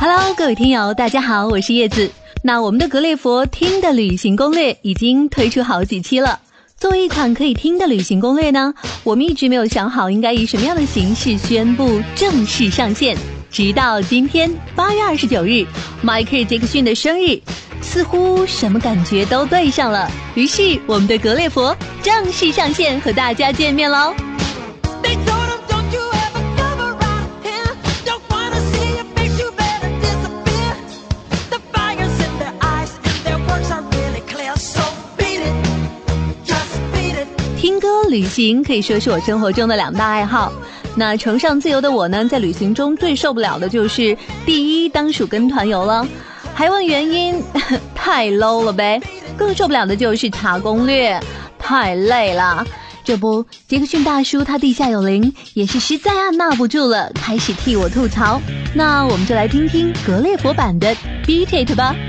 Hello， 各位听友，大家好，我是叶子。那我们的格列佛听的旅行攻略已经推出好几期了。作为一款可以听的旅行攻略呢，我们一直没有想好应该以什么样的形式宣布正式上线。直到今天8月29日，迈克尔·杰克逊的生日，似乎什么感觉都对上了。于是我们的格列佛正式上线，和大家见面喽。听歌旅行可以说是我生活中的2大爱好。那崇尚自由的我呢，在旅行中最受不了的就是第一当属跟团游了，还问原因太 low 了呗。更受不了的就是查攻略，太累了。这不，杰克逊大叔他地下有灵，也是实在按捺不住了，开始替我吐槽。那我们就来听听格列佛版的 Beat It 吧。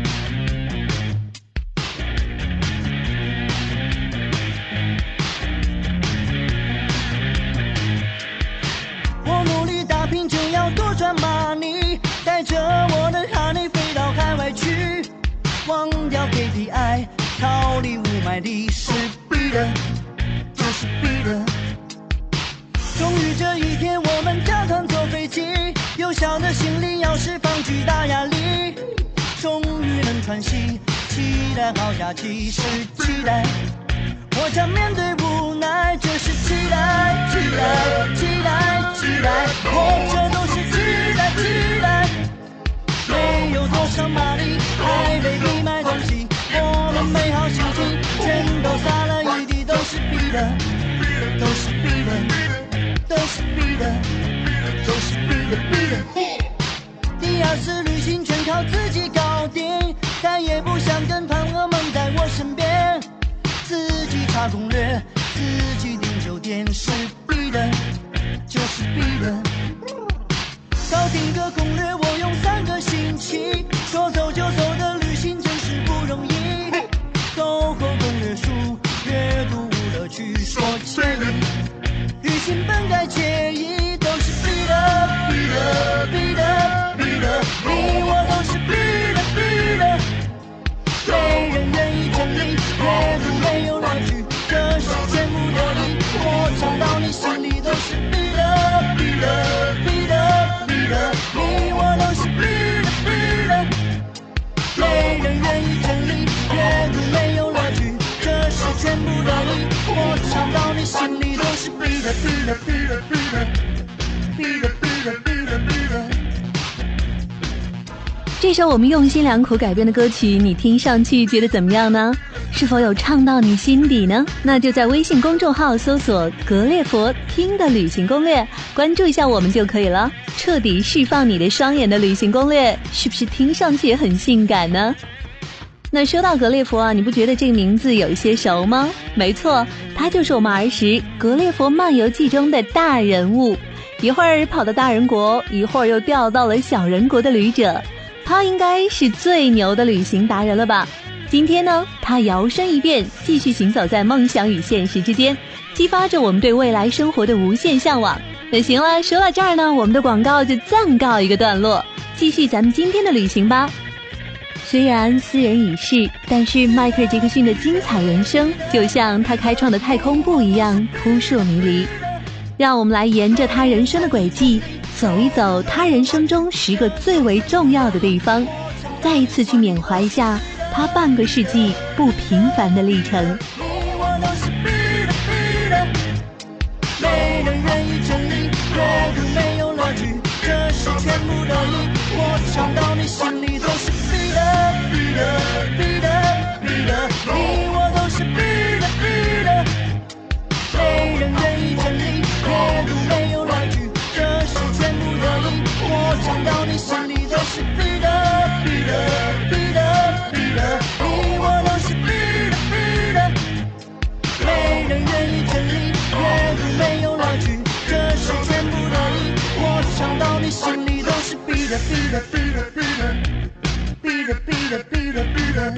就要多赚 money， 带着我的 honey 飞到海外去，忘掉 KPI， 逃离雾霾里，是逼的，就是逼的。终于这一天，我们加团坐飞机，有小的行李要释放巨大压力，终于能喘息，期待好假期，是期待。我将面对无奈，这是期待，期待，期待，期待，活着都是期待，期待。没有多少马力，还得你买东西，我们美好心情全都洒了一地，都是逼的，都是逼的，都是逼的，都是逼的，逼的。第2次旅行全靠自己搞定，再也不想跟团儿们在我身边。自己查攻略，自己订酒店，是逼的，就是逼的。搞定个攻略，我用3个星期，说走就走的旅行真是不容易。购后攻略书，阅读无乐趣，说惬意，旅行本该惬意，都是逼的，逼的，逼的，逼的，你我都是逼的，逼的。没人愿意整理，阅读没有乐趣，这是全部得意，我唱到你心里都是逼的，逼的，逼的，逼的，你我都是逼的，逼的。没人愿意整理，阅读没有乐趣，这是全部得意，我唱到你心里都是逼的，逼的，逼的，逼的，逼的，逼的，逼的，逼的。 这首我们用心良苦改编的歌曲，你听上去觉得怎么样呢？是否有唱到你心底呢？那就在微信公众号搜索格列佛听的旅行攻略，关注一下我们就可以了。彻底释放你的双眼的旅行攻略，是不是听上去也很性感呢？那说到格列佛啊，你不觉得这个名字有一些熟吗？没错，他就是我们儿时格列佛漫游记中的大人物，一会儿跑到大人国，一会儿又调到了小人国的旅者。他应该是最牛的旅行达人了吧？今天呢，他摇身一变，继续行走在梦想与现实之间，激发着我们对未来生活的无限向往。那行了，说到这儿呢，我们的广告就暂告一个段落，继续咱们今天的旅行吧。虽然斯人已逝，但是迈克尔·杰克逊的精彩人生就像他开创的太空步一样扑朔迷离。让我们来沿着他人生的轨迹走一走他人生中10个最为重要的地方，再一次去缅怀一下他半个世纪不平凡的历程。 你我都是逼的，逼的。没人愿意整理，阅读没有乐趣，这是全部得意，我唱到你心里都是逼的，逼的，逼的，逼的，你我都是逼的，逼的。没人愿意整理，阅读没有乐趣，这是全部得意，我唱到你心里都是逼的，逼的，逼的，逼的，你我都是逼的，逼的。没人愿意整理，阅读没有乐趣，这是全部得意，我唱到你心里都是逼的，逼的，逼的，逼的，逼的，逼的，逼的，逼的。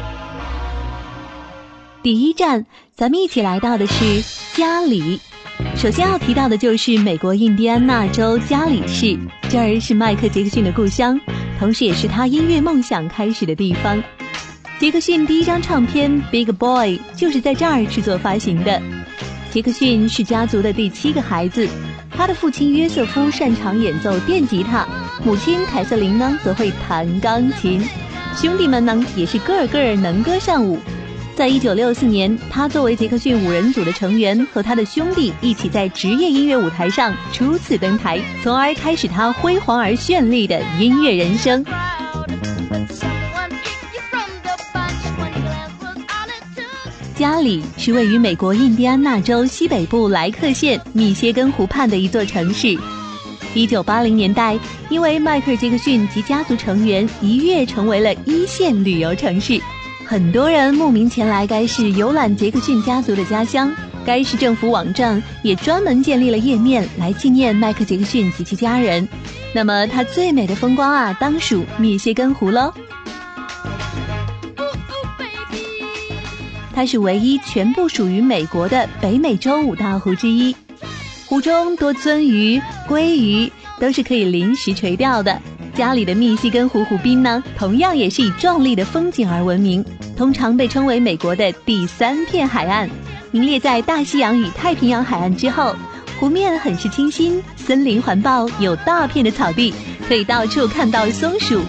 第一站，咱们一起来到的是家里。 首先要提到的就是美国印第安纳州加里市，这儿是迈克·杰克逊的故乡，同时也是他音乐梦想开始的地方。杰克逊第一张唱片《Big Boy》就是在这儿制作发行的。杰克逊是家族的第7个孩子，他的父亲约瑟夫擅长演奏电吉他，母亲凯瑟琳呢则会弹钢琴，兄弟们呢也是个个能歌善舞。在1964年，他作为杰克逊5人组的成员，和他的兄弟一起在职业音乐舞台上初次登台，从而开始他辉煌而绚丽的音乐人生。加里是位于美国印第安纳州西北部莱克县密歇根湖畔的一座城市。1980年代，因为迈克尔·杰克逊及家族成员一跃成为了1线旅游城市，很多人慕名前来该市游览杰克逊家族的家乡。该市政府网站也专门建立了页面来纪念迈克·杰克逊及其家人。那么它最美的风光啊，当属密歇根湖喽。它是唯一全部属于美国的北美洲5大湖之一，湖中多鳟鱼、鲑鱼都是可以临时垂钓的。家里的密西根湖湖滨呢，同样也是以壮丽的风景而闻名，通常被称为美国的第3片海岸，名列在大西洋与太平洋海岸之后。湖面很是清新，森林环抱，有大片的草地，可以到处看到松鼠。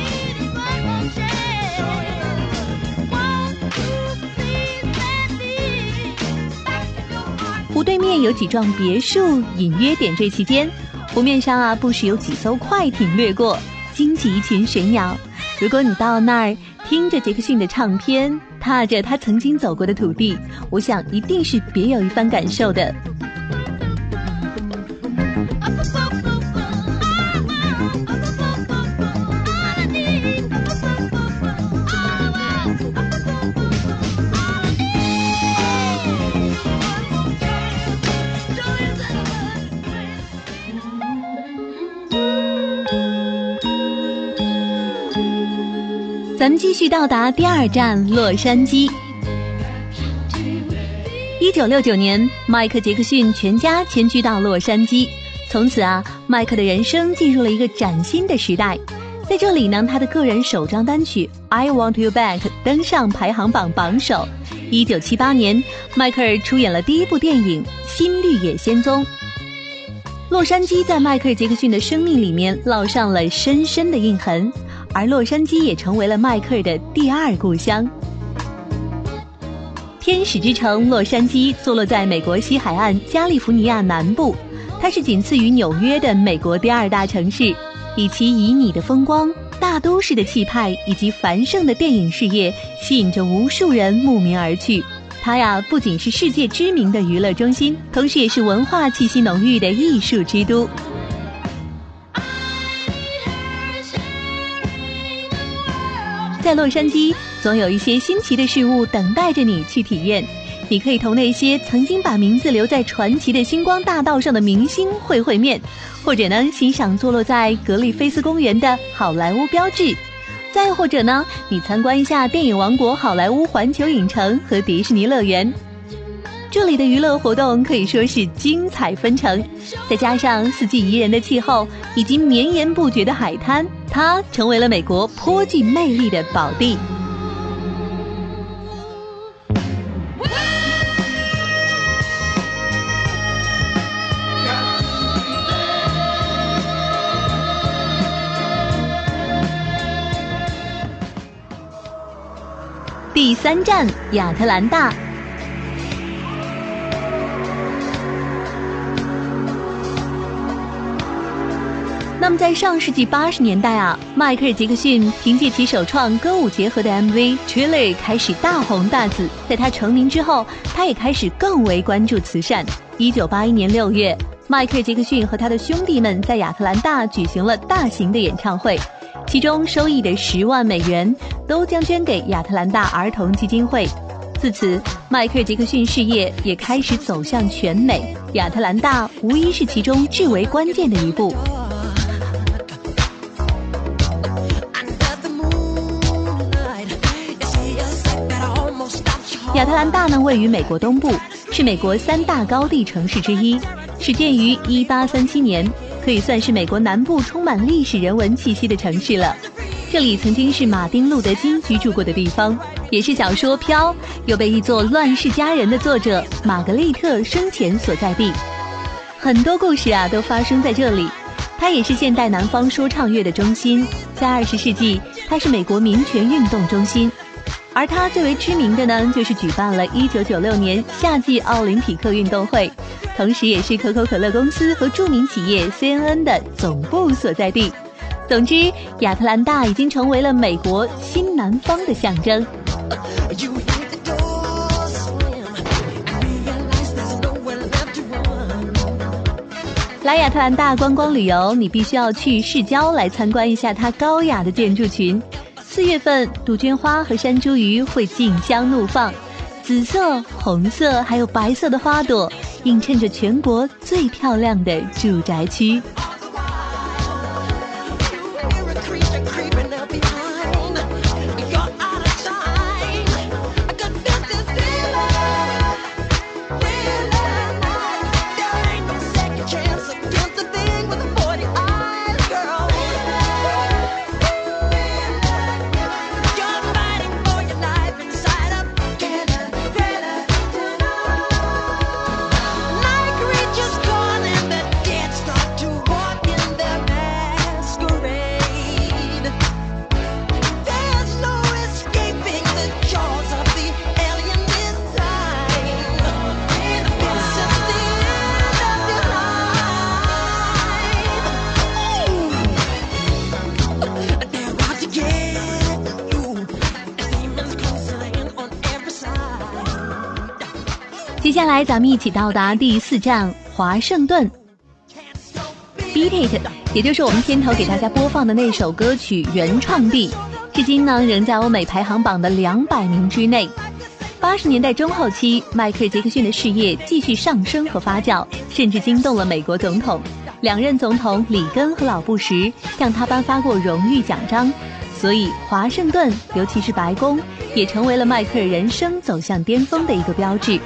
湖对面有几幢别墅隐约点缀其间，湖面上啊不时有几艘快艇掠过，惊起一群水鸟。如果你到那儿听着杰克逊的唱片，踏着他曾经走过的土地，我想一定是别有一番感受的。咱们继续到达第2站洛杉矶。1969年，迈克·杰克逊全家迁居到洛杉矶，从此啊，迈克的人生进入了一个崭新的时代。在这里呢，他的个人首张单曲《I Want You Back》登上排行榜榜首。1978年，迈克尔出演了第一部电影《新绿野仙踪》。洛杉矶在迈克尔·杰克逊的生命里面烙上了深深的印痕，而洛杉矶也成为了迈克尔的第2故乡。天使之城洛杉矶坐落在美国西海岸加利福尼亚南部，它是仅次于纽约的美国第2大城市，以其旖旎的风光、大都市的气派以及繁盛的电影事业，吸引着无数人慕名而去。它呀，不仅是世界知名的娱乐中心，同时也是文化气息浓郁的艺术之都。在洛杉矶，总有一些新奇的事物等待着你去体验。你可以同那些曾经把名字留在传奇的星光大道上的明星会面，或者呢，欣赏坐落在格里菲斯公园的好莱坞标志。再或者呢，你参观一下电影王国好莱坞环球影城和迪士尼乐园。这里的娱乐活动可以说是精彩纷呈，再加上四季宜人的气候以及绵延不绝的海滩，它成为了美国颇具魅力的宝地。第3站亚特兰大。那么在上世纪80年代啊，迈克尔·杰克逊凭借其首创歌舞结合的 MV Thriller 开始大红大紫。在他成名之后，他也开始更为关注慈善。1981年6月，迈克尔·杰克逊和他的兄弟们在亚特兰大举行了大型的演唱会，其中收益的10万美元都将捐给亚特兰大儿童基金会。自此，迈克尔·杰克逊事业也开始走向全美，亚特兰大无疑是其中至为关键的一步。亚亚特兰大呢位于美国东部，是美国3大高地城市之一，始建于1837年，可以算是美国南部充满历史人文气息的城市了。这里曾经是马丁·路德·金居住过的地方，也是小说《飘》又被译作《乱世佳人》的作者玛格丽特生前所在地。很多故事都发生在这里。它也是现代南方说唱乐的中心，在20世纪，它是美国民权运动中心。而它最为知名的呢，就是举办了1996年夏季奥林匹克运动会，同时也是可口可乐公司和著名企业 CNN 的总部所在地。总之，亚特兰大已经成为了美国新南方的象征。来亚特兰大观光旅游，你必须要去市郊来参观一下它高雅的建筑群。4月份，杜鹃花和山茱萸会竞相怒放，紫色、红色还有白色的花朵映衬着全国最漂亮的住宅区。接下来咱们一起到达第4站华盛顿。 Beat It 也就是我们片头给大家播放的那首歌曲原创地，至今呢仍在欧美排行榜的200名之内。80年代中后期，迈克尔·杰克逊的事业继续上升和发酵，甚至惊动了美国总统。2任总统里根和老布什向他颁发过荣誉奖章，所以华盛顿，尤其是白宫，也成为了迈克尔人生走向巅峰的一个标志。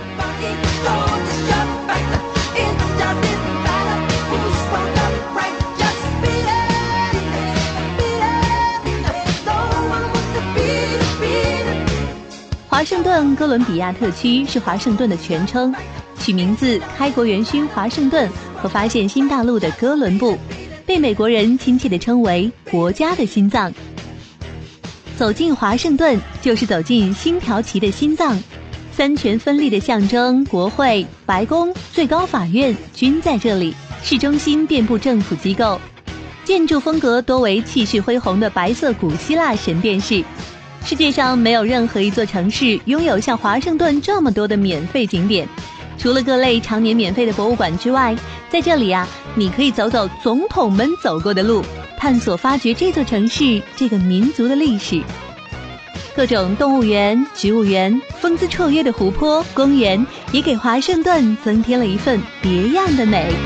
华盛顿哥伦比亚特区是华盛顿的全称，取名自开国元勋华盛顿和发现新大陆的哥伦布，被美国人亲切地称为国家的心脏。走进华盛顿，就是走进星条旗的心脏，三权分立的象征，国会、白宫、最高法院均在这里，市中心遍布政府机构，建筑风格多为气势恢宏的白色古希腊神殿式。世界上没有任何一座城市拥有像华盛顿这么多的免费景点，除了各类常年免费的博物馆之外，在这里你可以走走总统们走过的路，探索发掘这座城市、这个民族的历史。各种动物园、植物园、风姿绰约的湖泊、公园，也给华盛顿增添了一份别样的美。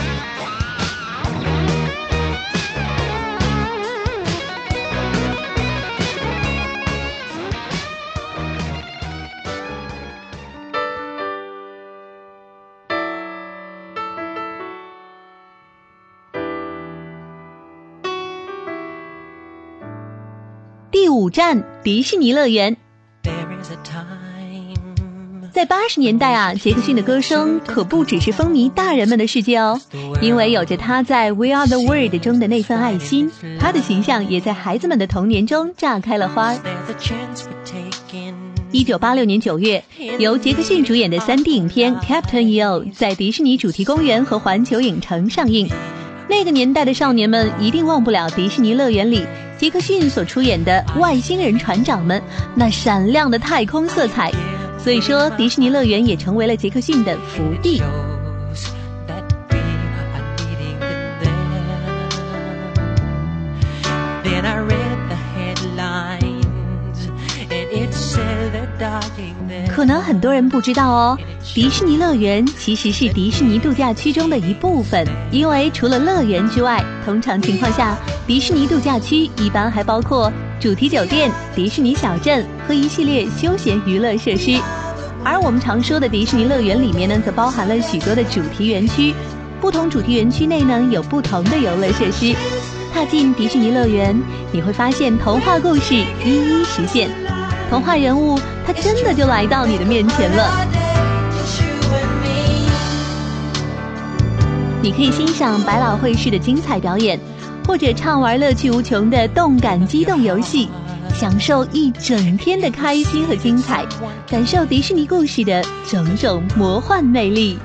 第5站，迪士尼乐园。在80年代杰克逊的歌声可不只是风靡大人们的世界哦，因为有着他在 We Are the World 中的那份爱心，他的形象也在孩子们的童年中炸开了花。1986年9月，由杰克逊主演的3D 影片 Captain EO 在迪士尼主题公园和环球影城上映。那个年代的少年们一定忘不了迪士尼乐园里杰克逊所出演的外星人船长们那闪亮的太空色彩，所以说迪士尼乐园也成为了杰克逊的福地。可能很多人不知道哦，迪士尼乐园其实是迪士尼度假区中的一部分，因为除了乐园之外，通常情况下，迪士尼度假区一般还包括主题酒店、迪士尼小镇和一系列休闲娱乐设施。 而我们常说的迪士尼乐园里面呢，则包含了许多的主题园区，不同主题园区内呢有不同的游乐设施。踏进迪士尼乐园，你会发现童话故事一一实现，童话人物他真的就来到你的面前了。你可以欣赏百老汇式的精彩表演，或者畅玩乐趣无穷的动感机动游戏，享受一整天的开心和精彩，感受迪士尼故事的种种魔幻魅力。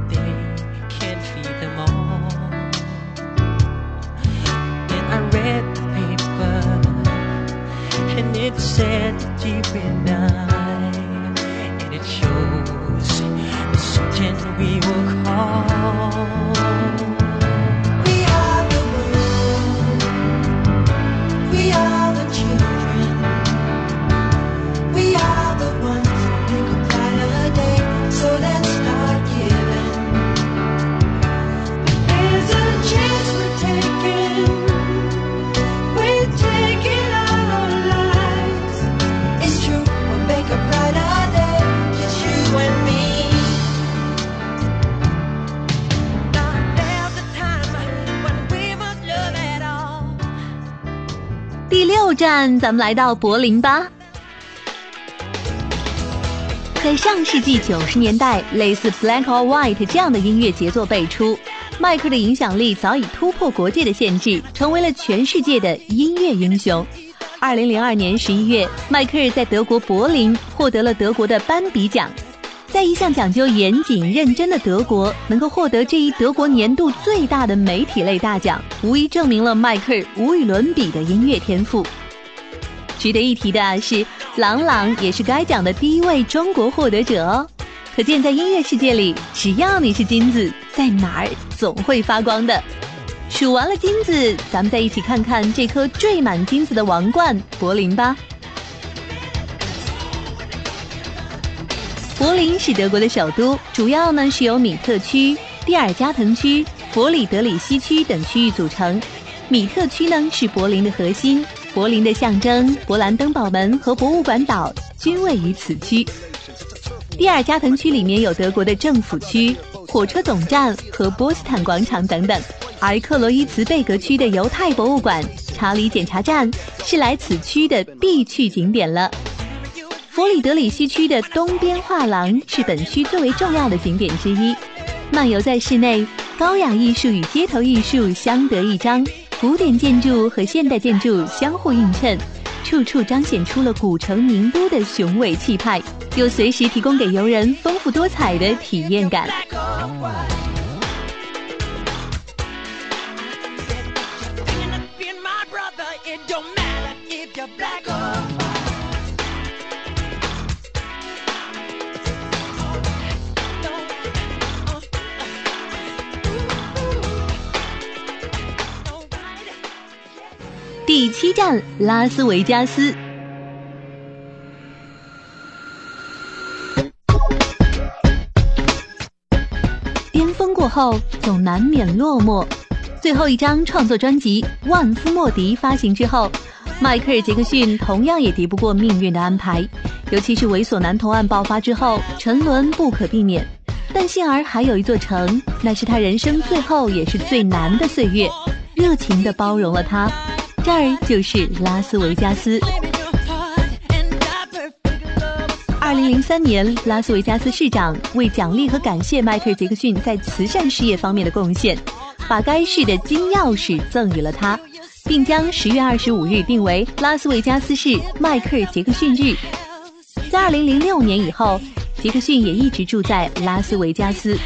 第6站，咱们来到柏林吧。在上世纪90年代，类似 Black or White 这样的音乐杰作辈出，迈克的影响力早已突破国界的限制，成为了全世界的音乐英雄。2002年11月，迈克尔在德国柏林获得了德国的班比奖。在一向讲究严谨认真的德国，能够获得这一德国年度最大的媒体类大奖，无疑证明了迈克尔无与伦比的音乐天赋。值得一提的是，郎朗也是该奖的第一位中国获得者哦。可见在音乐世界里，只要你是金子，在哪儿总会发光的。数完了金子，咱们再一起看看这颗缀满金子的王冠——柏林吧。柏林是德国的首都，主要呢是由米特区、蒂尔加滕区、弗里德里希区等区域组成。米特区呢是柏林的核心，柏林的象征勃兰登堡门和博物馆岛均位于此区。蒂尔加滕区里面有德国的政府区、火车总站和波斯坦广场等等，而克罗伊茨贝格区的犹太博物馆、查理检查站是来此区的必去景点了。弗里德里希区的东边画廊是本区最为重要的景点之一。漫游在室内，高雅艺术与街头艺术相得益彰，古典建筑和现代建筑相互映衬，处处彰显出了古城名都的雄伟气派，又随时提供给游人丰富多彩的体验感。第7站，拉斯维加斯。巅峰过后，总难免落寞。最后一张创作专辑《万夫莫敌》发行之后，迈克尔·杰克逊同样也敌不过命运的安排，尤其是猥琐男童案爆发之后，沉沦不可避免。但幸而还有一座城，那是他人生最后也是最难的岁月，热情地包容了他。这儿就是拉斯维加斯。2003年，拉斯维加斯市长为奖励和感谢迈克尔·杰克逊在慈善事业方面的贡献，把该市的金钥匙赠予了他，并将10月25日定为拉斯维加斯市迈克尔·杰克逊日。在2006年以后，杰克逊也一直住在拉斯维加斯。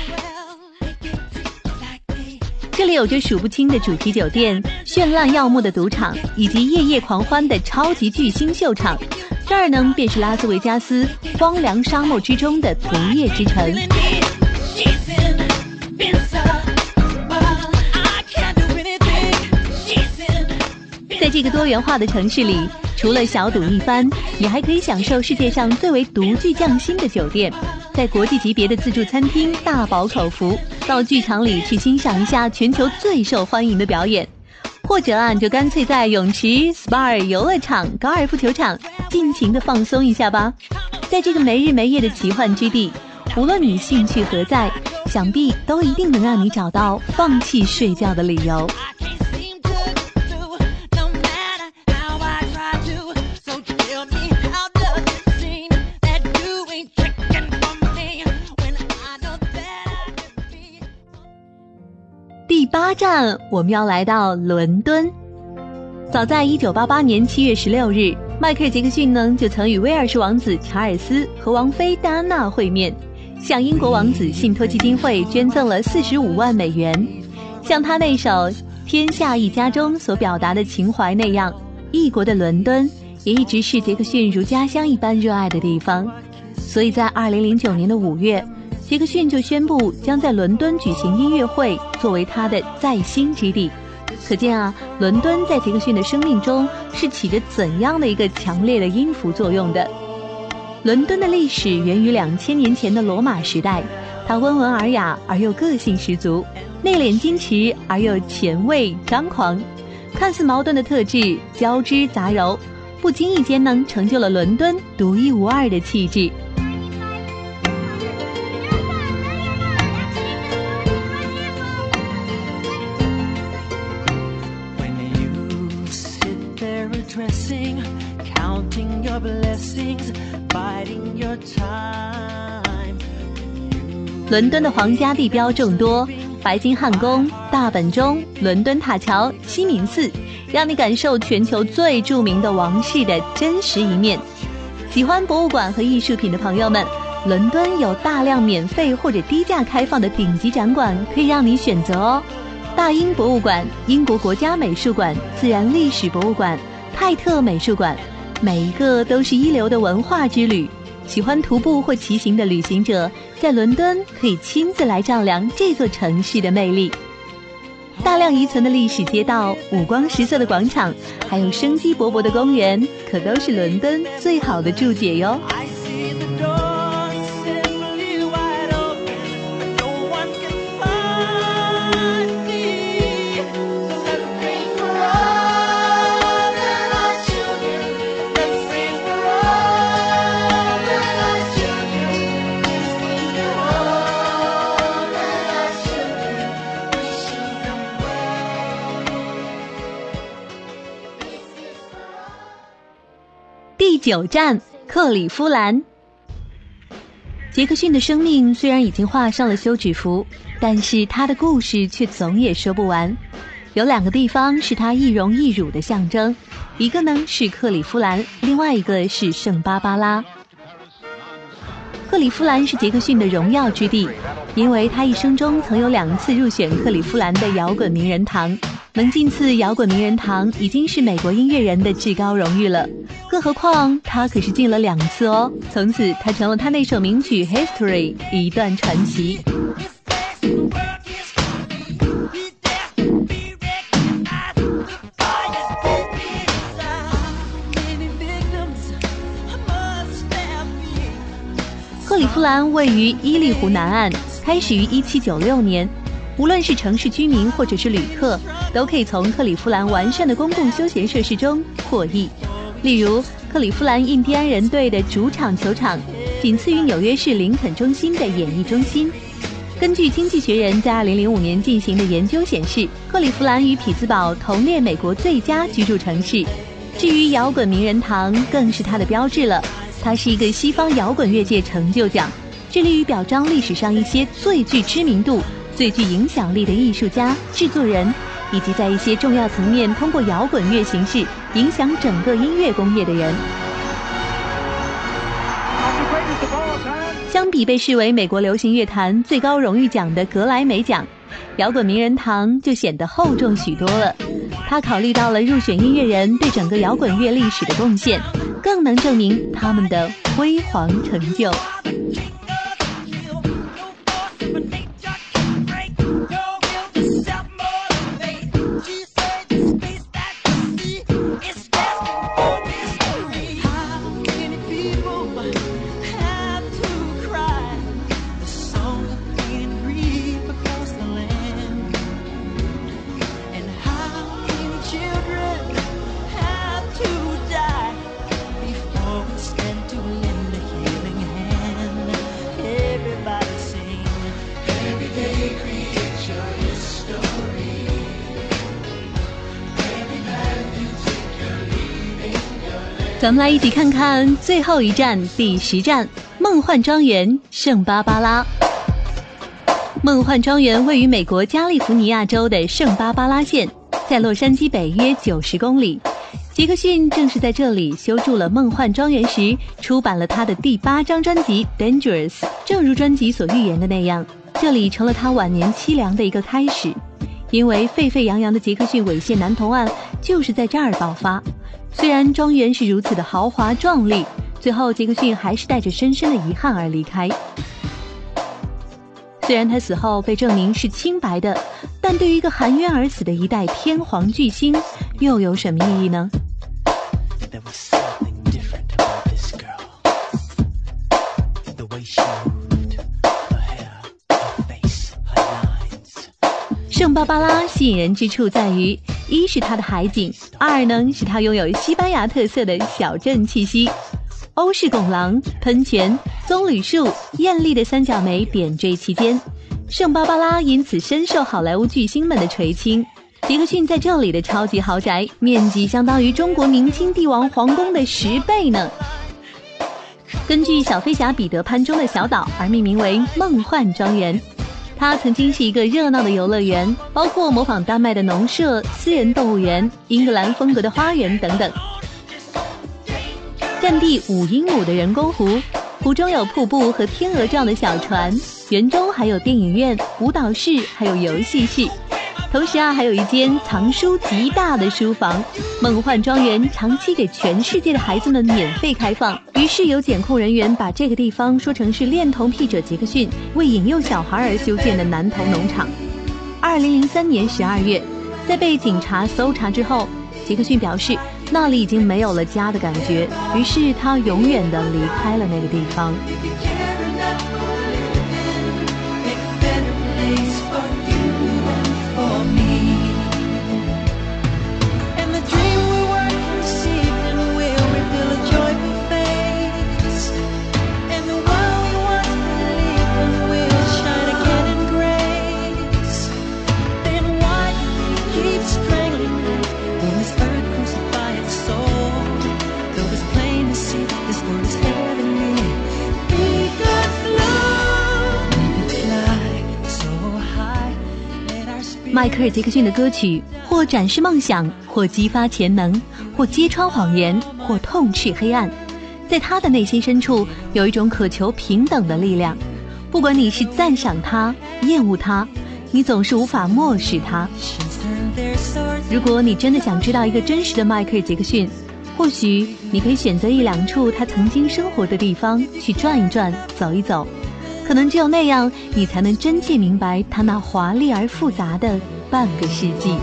这里有着数不清的主题酒店、绚烂耀目的赌场，以及夜夜狂欢的超级巨星秀场。这儿呢，便是拉斯维加斯荒凉沙漠之中的不夜之城。在这个多元化的城市里，除了小赌一番，你还可以享受世界上最为独具匠心的酒店，在国际级别的自助餐厅大饱口福，到剧场里去欣赏一下全球最受欢迎的表演，或者你就干脆在泳池、SPA、游乐场、高尔夫球场尽情的放松一下吧。 在这个没日没夜的奇幻之地，无论你兴趣何在，想必都一定能让你找到放弃睡觉的理由。第8站，我们要来到伦敦。早在1988年7月16日，迈克尔·杰克逊呢就曾与威尔士王子查尔斯和王妃戴安娜会面，向英国王子信托基金会捐赠了45万美元。像他那首《天下一家》中所表达的情怀那样，异国的伦敦也一直是杰克逊如家乡一般热爱的地方。所以在2009年的5月，杰克逊就宣布将在伦敦举行音乐会，作为他的在心之地。可见啊，伦敦在杰克逊的生命中是起着怎样的一个强烈的音符作用的。伦敦的历史源于2000年前的罗马时代，它温文尔雅而又个性十足，内敛矜持而又前卫张狂，看似矛盾的特质交织杂糅，不经意间呢成就了伦敦独一无二的气质。伦敦的皇家地标众多，白金汉宫、大本钟、伦敦塔桥、西敏寺，让你感受全球最著名的王室的真实一面。喜欢博物馆和艺术品的朋友们，伦敦有大量免费或者低价开放的顶级展馆可以让你选择哦。大英博物馆、英国国家美术馆、自然历史博物馆、泰特美术馆，每一个都是一流的文化之旅。喜欢徒步或骑行的旅行者，在伦敦可以亲自来丈量这座城市的魅力。大量遗存的历史街道、五光十色的广场，还有生机勃勃的公园，可都是伦敦最好的注解哟。第9站，克里夫兰。杰克逊的生命虽然已经画上了休止符，但是他的故事却总也说不完。有2个地方是他一荣一辱的象征，一个呢是克里夫兰，另外一个是圣巴巴拉。克里夫兰是杰克逊的荣耀之地，因为他一生中曾有2次入选克里夫兰的摇滚名人堂。能进次摇滚名人堂已经是美国音乐人的至高荣誉了，更何况他可是进了2次哦。从此他成了他那首名曲 History 一段传奇。克里夫兰位于伊利湖南岸，开始于1796年。无论是城市居民或者是旅客，都可以从克里夫兰完善的公共休闲设施中获益。例如，克里夫兰印第安人队的主场球场，仅次于纽约市林肯中心的演艺中心。根据《经济学人》在2005年进行的研究显示，克里夫兰与匹兹堡同列美国最佳居住城市。至于摇滚名人堂，更是它的标志了。它是一个西方摇滚乐界成就奖，致力于表彰历史上一些最具知名度、最具影响力的艺术家、制作人，以及在一些重要层面通过摇滚乐形式影响整个音乐工业的人。相比被视为美国流行乐坛最高荣誉奖的格莱美奖，摇滚名人堂就显得厚重许多了。他考虑到了入选音乐人对整个摇滚乐历史的贡献，更能证明他们的辉煌成就。 咱们来一起看看最后一站第10站梦幻庄园圣巴巴拉。梦幻庄园位于美国加利福尼亚州的圣巴巴拉县，在洛杉矶北约90公里。杰克逊正是在这里修筑了梦幻庄园时，出版了他的第8张专辑 Dangerous。 正如专辑所预言的那样，这里成了他晚年凄凉的一个开始。因为沸沸扬扬的杰克逊猥亵男童案就是在这儿爆发。虽然庄园是如此的豪华壮丽，最后杰克逊还是带着深深的遗憾而离开。虽然他死后被证明是清白的，但对于一个含冤而死的一代天皇巨星，又有什么意义呢？圣巴巴拉吸引人之处在于，一是它的海景，二呢是它拥有西班牙特色的小镇气息。欧式拱廊、喷泉、棕榈树、艳丽的三角梅点缀其间，圣巴巴拉因此深受好莱坞巨星们的垂青。杰克逊在这里的超级豪宅面积相当于中国明清帝王皇宫的10倍呢。根据小飞侠彼得潘中的小岛而命名为梦幻庄园。它曾经是一个热闹的游乐园，包括模仿丹麦的农舍、私人动物园、英格兰风格的花园等等。占地5英亩的人工湖，湖中有瀑布和天鹅状的小船，园中还有电影院、舞蹈室，还有游戏室。同时还有一间藏书极大的书房。梦幻庄园长期给全世界的孩子们免费开放，于是有检控人员把这个地方说成是恋童癖者杰克逊为引诱小孩而修建的男童农场。2003年12月，在被警察搜查之后，杰克逊表示那里已经没有了家的感觉，于是他永远地离开了那个地方。迈克尔·杰克逊的歌曲或展示梦想，或激发潜能，或揭穿谎言，或痛斥黑暗。在他的内心深处有一种渴求平等的力量，不管你是赞赏他、厌恶他，你总是无法漠视他。如果你真的想知道一个真实的迈克尔·杰克逊，或许你可以选择1、2处他曾经生活的地方去转一转、走一走，可能只有那样，你才能真切明白他那华丽而复杂的半个世纪。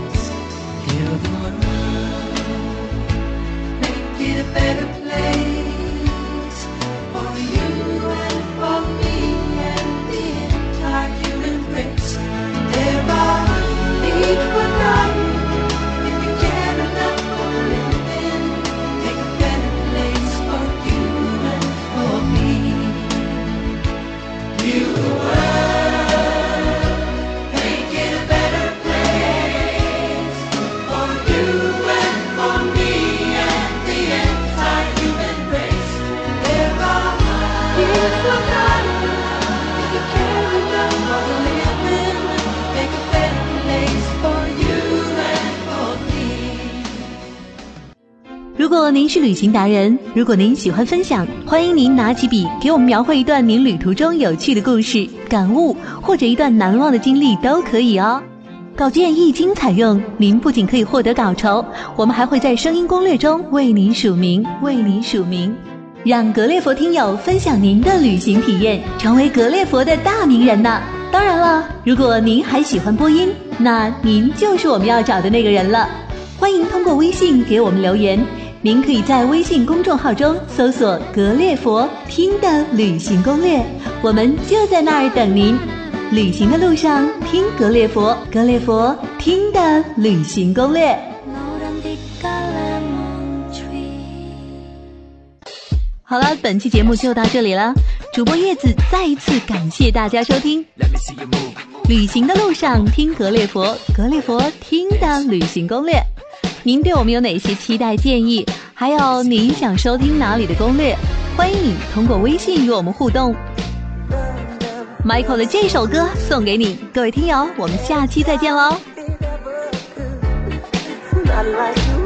如果您是旅行达人，如果您喜欢分享，欢迎您拿起笔给我们描绘一段您旅途中有趣的故事、感悟，或者一段难忘的经历都可以哦。稿件一经采用，您不仅可以获得稿酬，我们还会在声音攻略中为您署名，让格列佛听友分享您的旅行体验，成为格列佛的大名人呢。当然了，如果您还喜欢播音，那您就是我们要找的那个人了。欢迎通过微信给我们留言，您可以在微信公众号中搜索格列佛听的旅行攻略，我们就在那儿等您。旅行的路上听格列佛，格列佛听的旅行攻略。好了，本期节目就到这里了，主播叶子再一次感谢大家收听。旅行的路上听格列佛，格列佛听的旅行攻略。您对我们有哪些期待建议， 还有你想收听哪里的攻略，欢迎你通过微信与我们互动。Michael 的这首歌送给你，各位听友，我们下期再见喽。